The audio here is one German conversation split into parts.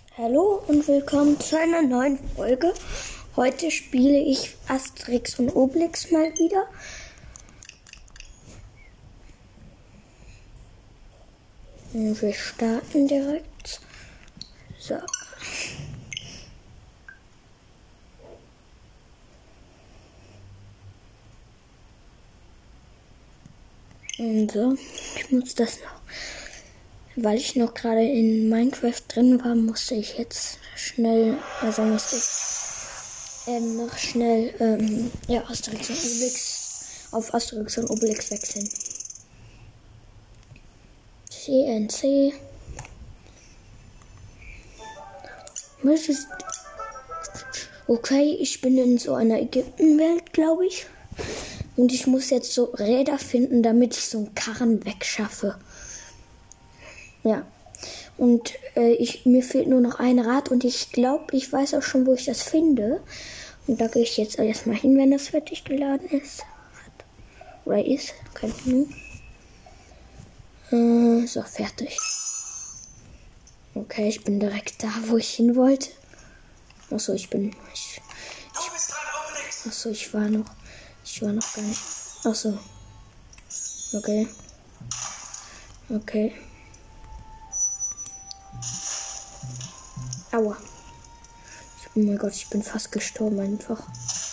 Hallo und willkommen zu einer neuen Folge. Heute spiele ich Asterix und Obelix mal wieder. Und wir starten direkt. So. Und so, ich muss das noch. Weil ich noch gerade in Minecraft drin war, musste ich jetzt schnell, noch schnell, Asterix und Obelix auf Asterix und Obelix wechseln. CNC. Okay, ich bin in so einer Ägyptenwelt, glaube ich. Und ich muss jetzt so Räder finden, damit ich so einen Karren wegschaffe. Ja. Und mir fehlt nur noch ein Rad und ich glaube, ich weiß auch schon, wo ich das finde. Und da gehe ich jetzt erstmal hin, wenn das fertig geladen ist. Oder ist. Keine Ahnung. So, fertig. Okay, ich bin direkt da, wo ich hin wollte. Achso, ich war noch gar nicht. Achso. Okay. Aua. Oh mein Gott, ich bin fast gestorben einfach.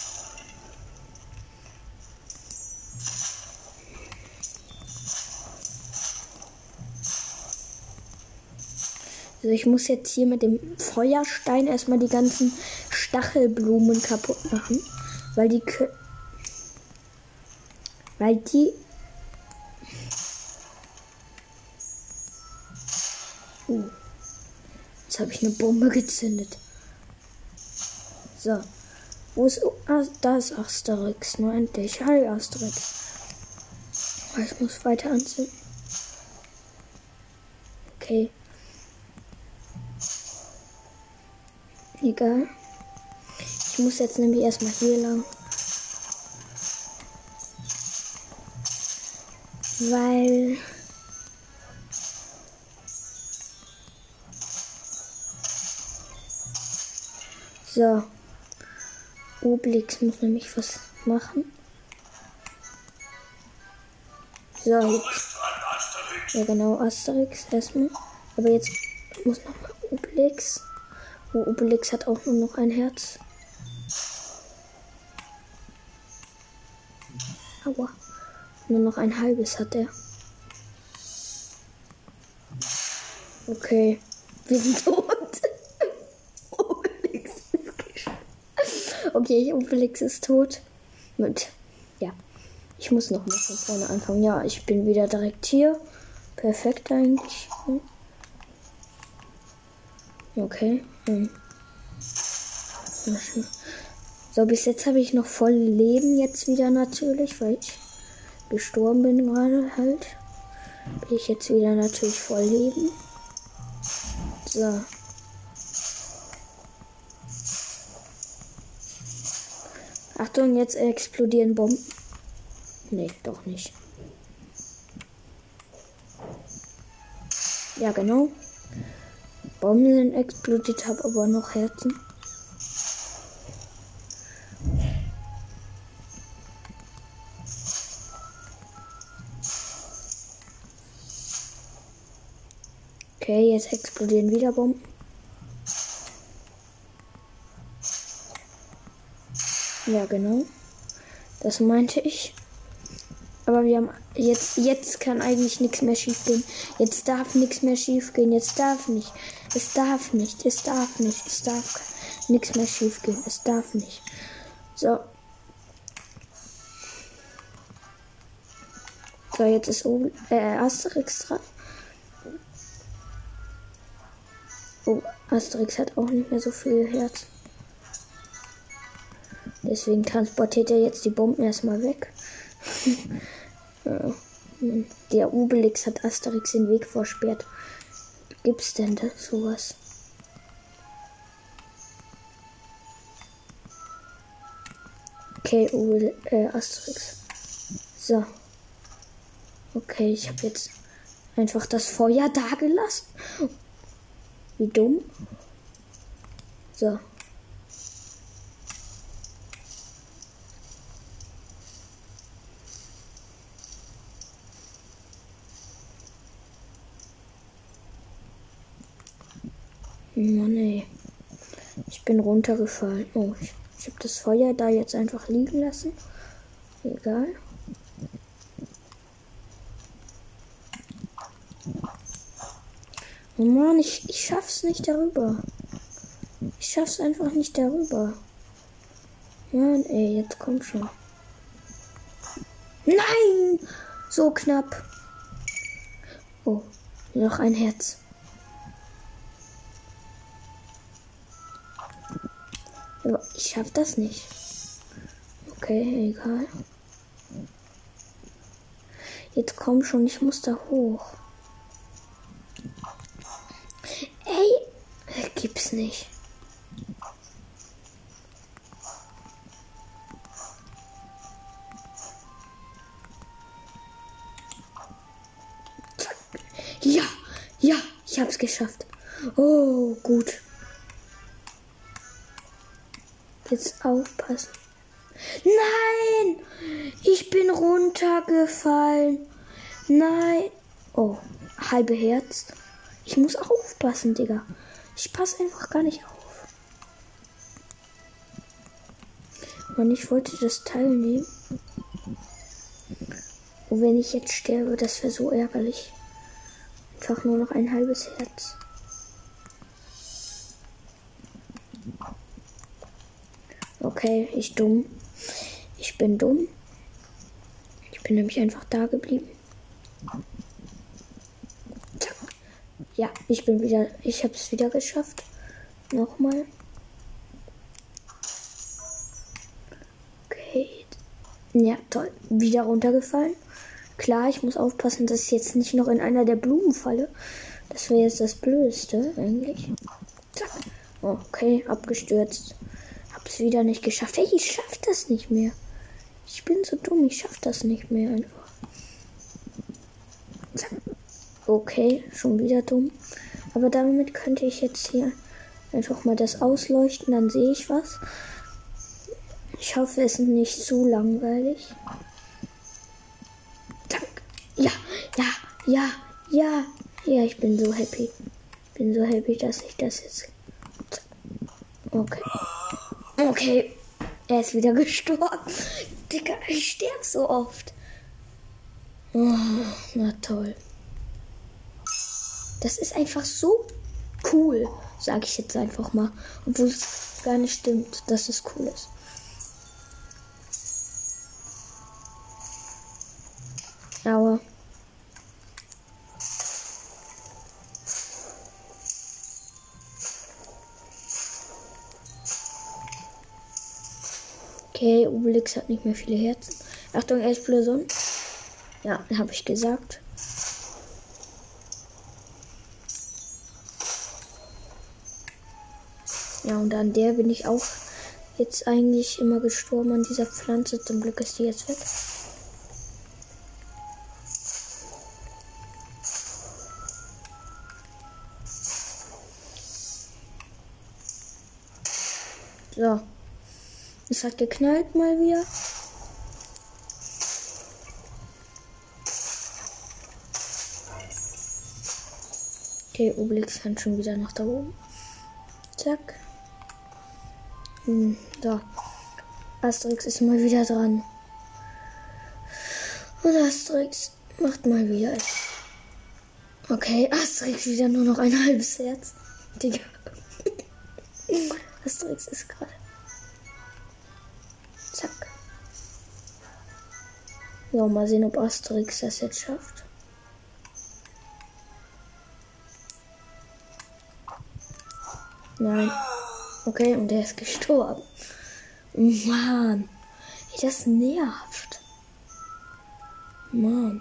Also ich muss jetzt hier mit dem Feuerstein erstmal die ganzen Stachelblumen kaputt machen. Weil die Jetzt habe ich eine Bombe gezündet. So. Wo ist... da ist Asterix. Nur endlich. Hi, Asterix. Ich muss weiter anzünden. Okay. Egal. Ich muss jetzt nämlich erstmal hier lang. Weil... So. Obelix muss nämlich was machen. So, jetzt. Ja genau, Asterix erstmal. Aber jetzt muss noch mal Obelix. Oh, Obelix hat auch nur noch ein Herz. Aua. Nur noch ein halbes hat er. Okay. Wir sind tot. Obelix ist gestorben. Okay, Obelix ist tot. Und ja. Ich muss noch mal von vorne anfangen. Ja, ich bin wieder direkt hier. Perfekt eigentlich. Okay. So, bis jetzt habe ich noch voll Leben jetzt wieder natürlich, weil ich gestorben bin gerade halt. Bin ich jetzt wieder natürlich voll Leben. So. Achtung, jetzt explodieren Bomben. Nee, doch nicht. Ja, genau. Bomben sind explodiert, habe aber noch Herzen. Okay, jetzt explodieren wieder Bomben. Ja, genau. Das meinte ich. Aber wir haben jetzt kann eigentlich nichts mehr schief gehen. Jetzt darf nichts mehr schief gehen. Jetzt darf nicht. Es darf nicht. Es darf nicht. Es darf nichts mehr schief gehen. Es darf nicht. So. So, jetzt ist Asterix dran. Oh, Asterix hat auch nicht mehr so viel Herz. Deswegen transportiert er jetzt die Bomben erstmal weg. Der Obelix hat Asterix den Weg versperrt. Gibt's denn das sowas? Okay, Asterix. So. Okay, ich habe jetzt einfach das Feuer da gelassen. Wie dumm. So. Mann, ey. Ich bin runtergefallen. Oh, ich habe das Feuer da jetzt einfach liegen lassen. Egal. Oh Mann, ich schaff's nicht darüber. Ich schaff's einfach nicht darüber. Mann, ey, jetzt kommt schon. Nein! So knapp. Oh, noch ein Herz. Aber ich schaff das nicht. Okay, egal. Jetzt komm schon, ich muss da hoch. Ey, gibt's nicht. Ja, ja, ich hab's geschafft. Oh, gut. Jetzt aufpassen. Nein! Ich bin runtergefallen. Nein. Oh, halbe Herz. Ich muss aufpassen, Digga. Ich passe einfach gar nicht auf. Mann, ich wollte das Teil nehmen. Und wenn ich jetzt sterbe, das wäre so ärgerlich. Einfach nur noch ein halbes Herz. Okay, ich dumm. Ich bin dumm. Ich bin nämlich einfach da geblieben. Ja, ich bin wieder. Ich habe es wieder geschafft. Nochmal. Okay. Ja, toll. Wieder runtergefallen. Klar, ich muss aufpassen, dass ich jetzt nicht noch in einer der Blumen falle. Das wäre jetzt das Blödeste, eigentlich. Zack. Okay, abgestürzt. Hab's wieder nicht geschafft. Hey, ich schaff das nicht mehr. Ich bin so dumm, ich schaff das nicht mehr einfach. Zack. Okay, schon wieder dumm. Aber damit könnte ich jetzt hier einfach mal das ausleuchten, dann sehe ich was. Ich hoffe, es ist nicht zu langweilig. Zack. Ja, ja, ja, ja. Ja, ich bin so happy. Ich bin so happy, dass ich das jetzt... Zack. Okay. Okay. Er ist wieder gestorben. Digga, ich sterbe so oft. Oh, na toll. Das ist einfach so cool, sage ich jetzt einfach mal. Obwohl es gar nicht stimmt, dass es cool ist. Aber... Okay, Obelix hat nicht mehr viele Herzen. Achtung, Explosion. Ja, habe ich gesagt. Ja, und an der bin ich auch jetzt eigentlich immer gestorben, an dieser Pflanze. Zum Glück ist die jetzt weg. So. Es hat geknallt mal wieder. Okay, Obelix kann schon wieder nach da oben. Zack. So. Asterix ist mal wieder dran. Und Asterix macht mal wieder es. Okay, Asterix wieder nur noch ein halbes Herz. Digga. Asterix ist gerade. Zack. So, mal sehen, ob Asterix das jetzt schafft. Nein. Okay, und der ist gestorben. Mann. Wie das nervt. Mann.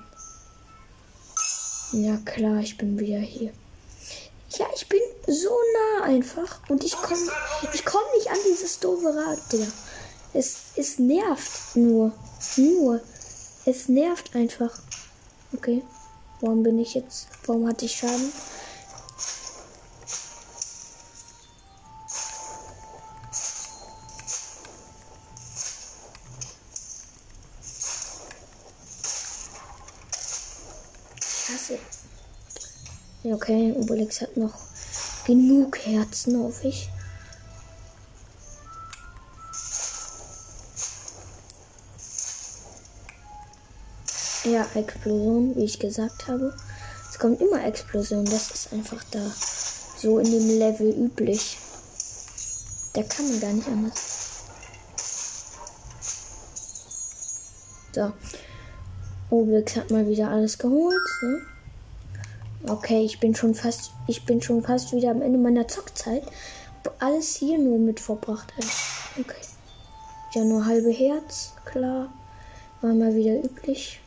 Ja klar, ich bin wieder hier. Ja, ich bin so nah einfach. Und ich komm nicht an dieses doofe Rad, Digga. Es nervt nur. Es nervt einfach. Okay. Warum hatte ich Schaden? Scheiße. Ja, okay, Obelix hat noch genug Herzen, hoffe ich. Ja, Explosion, wie ich gesagt habe. Es kommt immer Explosion. Das ist einfach da so in dem Level üblich. Da kann man gar nicht anders. So. Obelix hat mal wieder alles geholt. Ne? Okay, ich bin schon fast wieder am Ende meiner Zockzeit. Alles hier nur mit verbracht. Okay. Ja, nur halbe Herz, klar. War mal wieder üblich.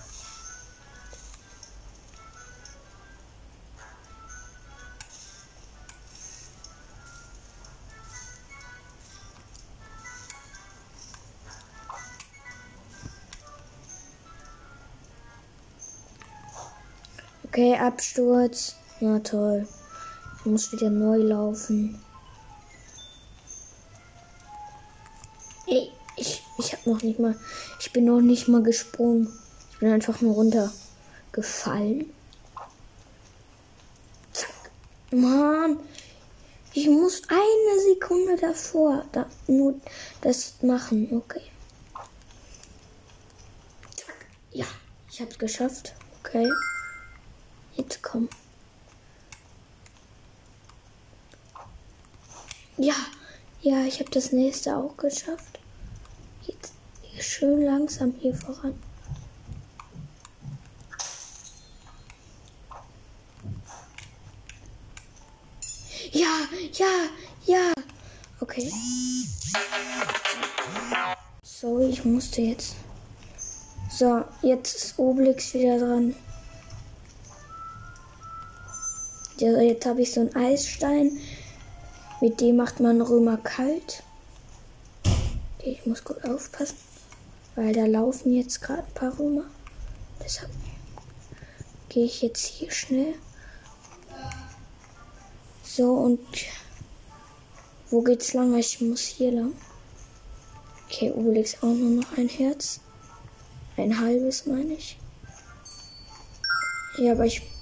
Okay, Absturz. Na toll. Ich muss wieder neu laufen. Ey, ich hab noch nicht mal. Ich bin noch nicht mal gesprungen. Ich bin einfach nur runtergefallen. Zack. Mann. Ich muss eine Sekunde davor nur das machen. Okay. Zack. Ja, ich hab's geschafft. Okay. Jetzt komm. Ja, ich habe das nächste auch geschafft. Jetzt schön langsam hier voran. Ja. Okay. Sorry, ich musste jetzt. So, jetzt ist Obelix wieder dran. Jetzt habe ich so einen Eisstein. Mit dem macht man Römer kalt. Okay, ich muss gut aufpassen. Weil da laufen jetzt gerade ein paar Römer. Deshalb gehe ich jetzt hier schnell. So, und wo geht's lang? Ich muss hier lang. Okay, Obelix auch nur noch ein Herz. Ein halbes, meine ich. Ja, aber ich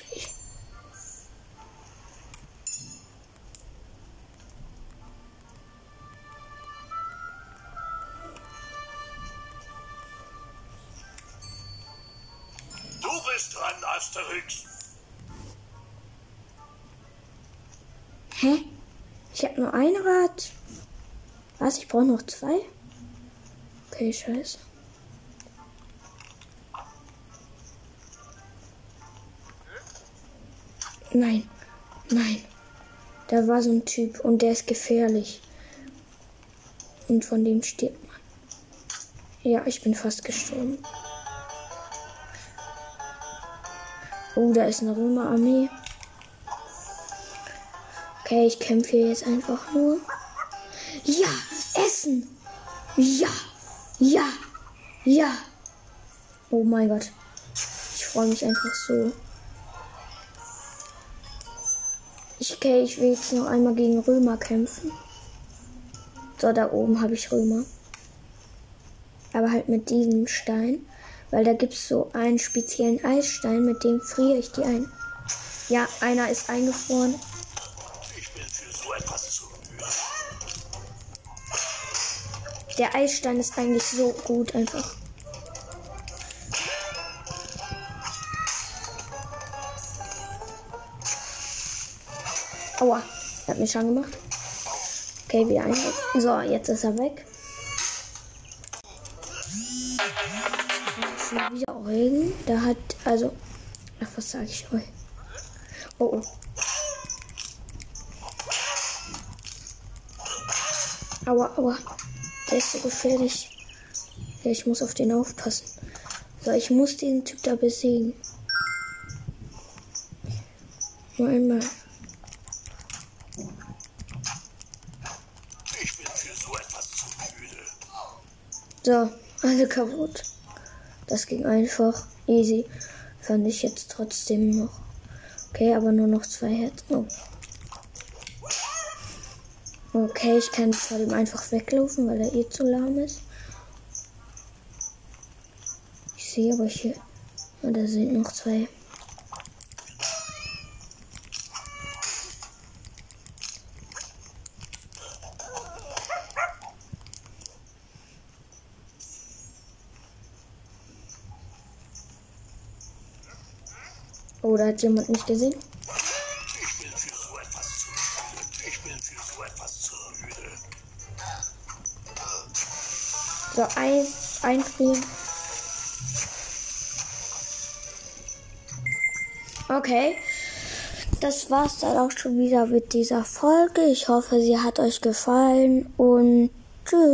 Du bist dran, Asterix. Hä? Ich habe nur ein Rad. Was? Ich brauche noch 2? Okay, scheiße. Nein. Da war so ein Typ und der ist gefährlich. Und von dem stirbt man. Ja, ich bin fast gestorben. Oh, da ist eine Römerarmee. Okay, ich kämpfe hier jetzt einfach nur. Ja, Essen. Ja. Oh mein Gott. Ich freue mich einfach so. Ich will jetzt noch einmal gegen Römer kämpfen. So, da oben habe ich Römer. Aber halt mit diesem Stein. Weil da gibt es so einen speziellen Eisstein, mit dem friere ich die ein. Ja, einer ist eingefroren. Ich bin für so etwas zu müde. Der Eisstein ist eigentlich so gut einfach. Aua, hat mich schon gemacht. Okay, wieder ein. So, jetzt ist er weg. Wieder Eugen. Da hat, also, ach, was sage ich euch? Oh. Aua. Der ist so gefährlich. Ja, ich muss auf den aufpassen. So, ich muss diesen Typ da besiegen. Nur einmal. Ich bin für so etwas zu müde. So, alle kaputt. Das ging einfach easy. Fand ich jetzt trotzdem noch. Okay, aber nur noch 2 Herzen. Oh. Okay, ich kann vor dem einfach weglaufen, weil er eh zu lahm ist. Ich sehe aber hier. Ja, da sind noch 2. Oder hat jemand nicht gesehen? Ich bin für so etwas zu müde. Ich bin für so etwas zu müde. So, einfrieren. Okay. Das war's dann auch schon wieder mit dieser Folge. Ich hoffe, sie hat euch gefallen und tschüss.